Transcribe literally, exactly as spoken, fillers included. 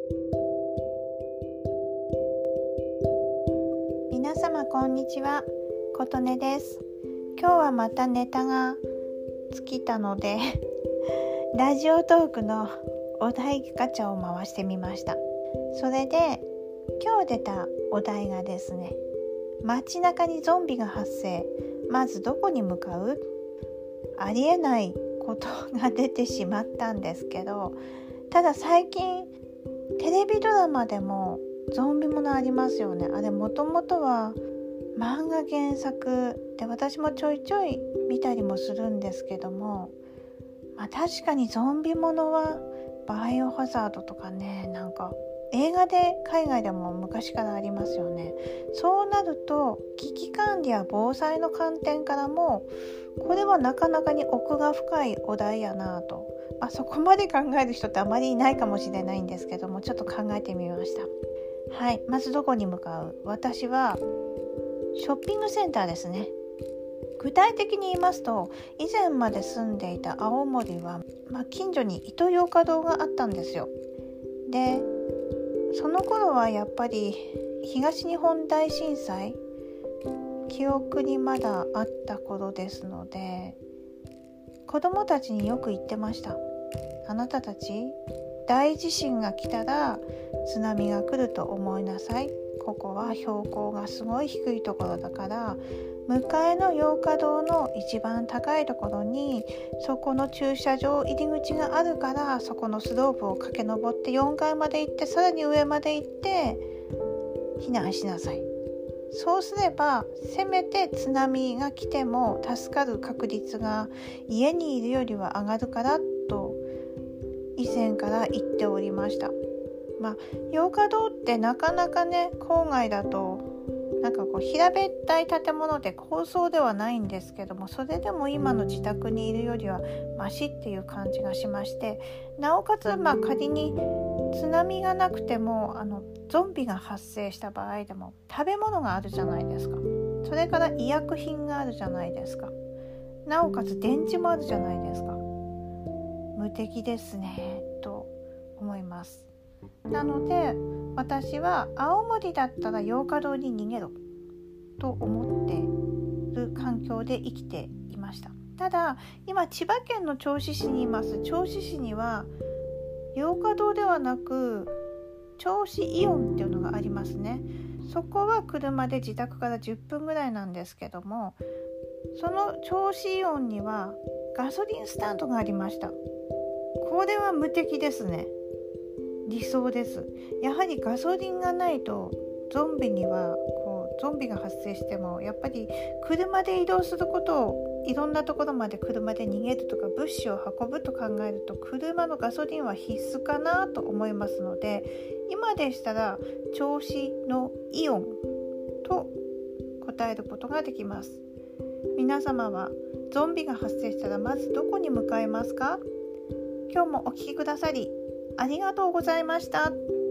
皆様こんにちは、ことねです。今日はまたネタが尽きたのでラジオトークのお題ガチャを回してみました。それで今日出たお題がですね、街中にゾンビが発生、まずどこに向かう？ありえないことが出てしまったんですけど、ただ最近テレビドラマでもゾンビものありますよね。あれもともとは漫画原作で、私もちょいちょい見たりもするんですけども、まあ、確かにゾンビものはバイオハザードとかね、なんか映画で海外でも昔からありますよね。そうなると危機管理や防災の観点からもこれはなかなかに奥が深いお題やなと、まあ、そこまで考える人ってあまりいないかもしれないんですけども、ちょっと考えてみました。はい、まずどこに向かう？私はショッピングセンターですね。具体的に言いますと、以前まで住んでいた青森は、まあ、近所にイトーヨーカドーがあったんですよ。でその頃はやっぱり東日本大震災、記憶にまだあった頃ですので、子供たちによく言ってました。あなたたち、大地震が来たら津波が来ると思いなさい。ここは標高がすごい低いところだから、向かいのヨーカドーの一番高いところにそこの駐車場入り口があるから、そこのスロープを駆け上ってよんかいまで行って、さらに上まで行って避難しなさい。そうすればせめて津波が来ても助かる確率が家にいるよりは上がるからと以前から言っておりました。まあヨーカドーってなかなかね、郊外だとなんかこう平べったい建物で高層ではないんですけども、それでも今の自宅にいるよりはマシっていう感じがしまして、なおかつまあ仮に津波がなくてもあのゾンビが発生した場合でも食べ物があるじゃないですか。それから医薬品があるじゃないですか。なおかつ電池もあるじゃないですか。無敵ですねと思います。なので私は青森だったらヨーカドーに逃げろと思っている環境で生きていました。ただ今千葉県の銚子市にいます。銚子市にはヨーカドーではなく銚子イオンっていうのがありますね。そこは車で自宅からじゅっぷんぐらいなんですけども、その銚子イオンにはガソリンスタンドがありました。これは無敵ですね。理想です。やはりガソリンがないとゾンビにはこうゾンビが発生してもやっぱり車で移動することを、いろんなところまで車で逃げるとか物資を運ぶと考えると、車のガソリンは必須かなと思いますので、今でしたら銚子のイオンと答えることができます。皆様はゾンビが発生したらまずどこに向かいますか？今日もお聞きくださりありがとうございました。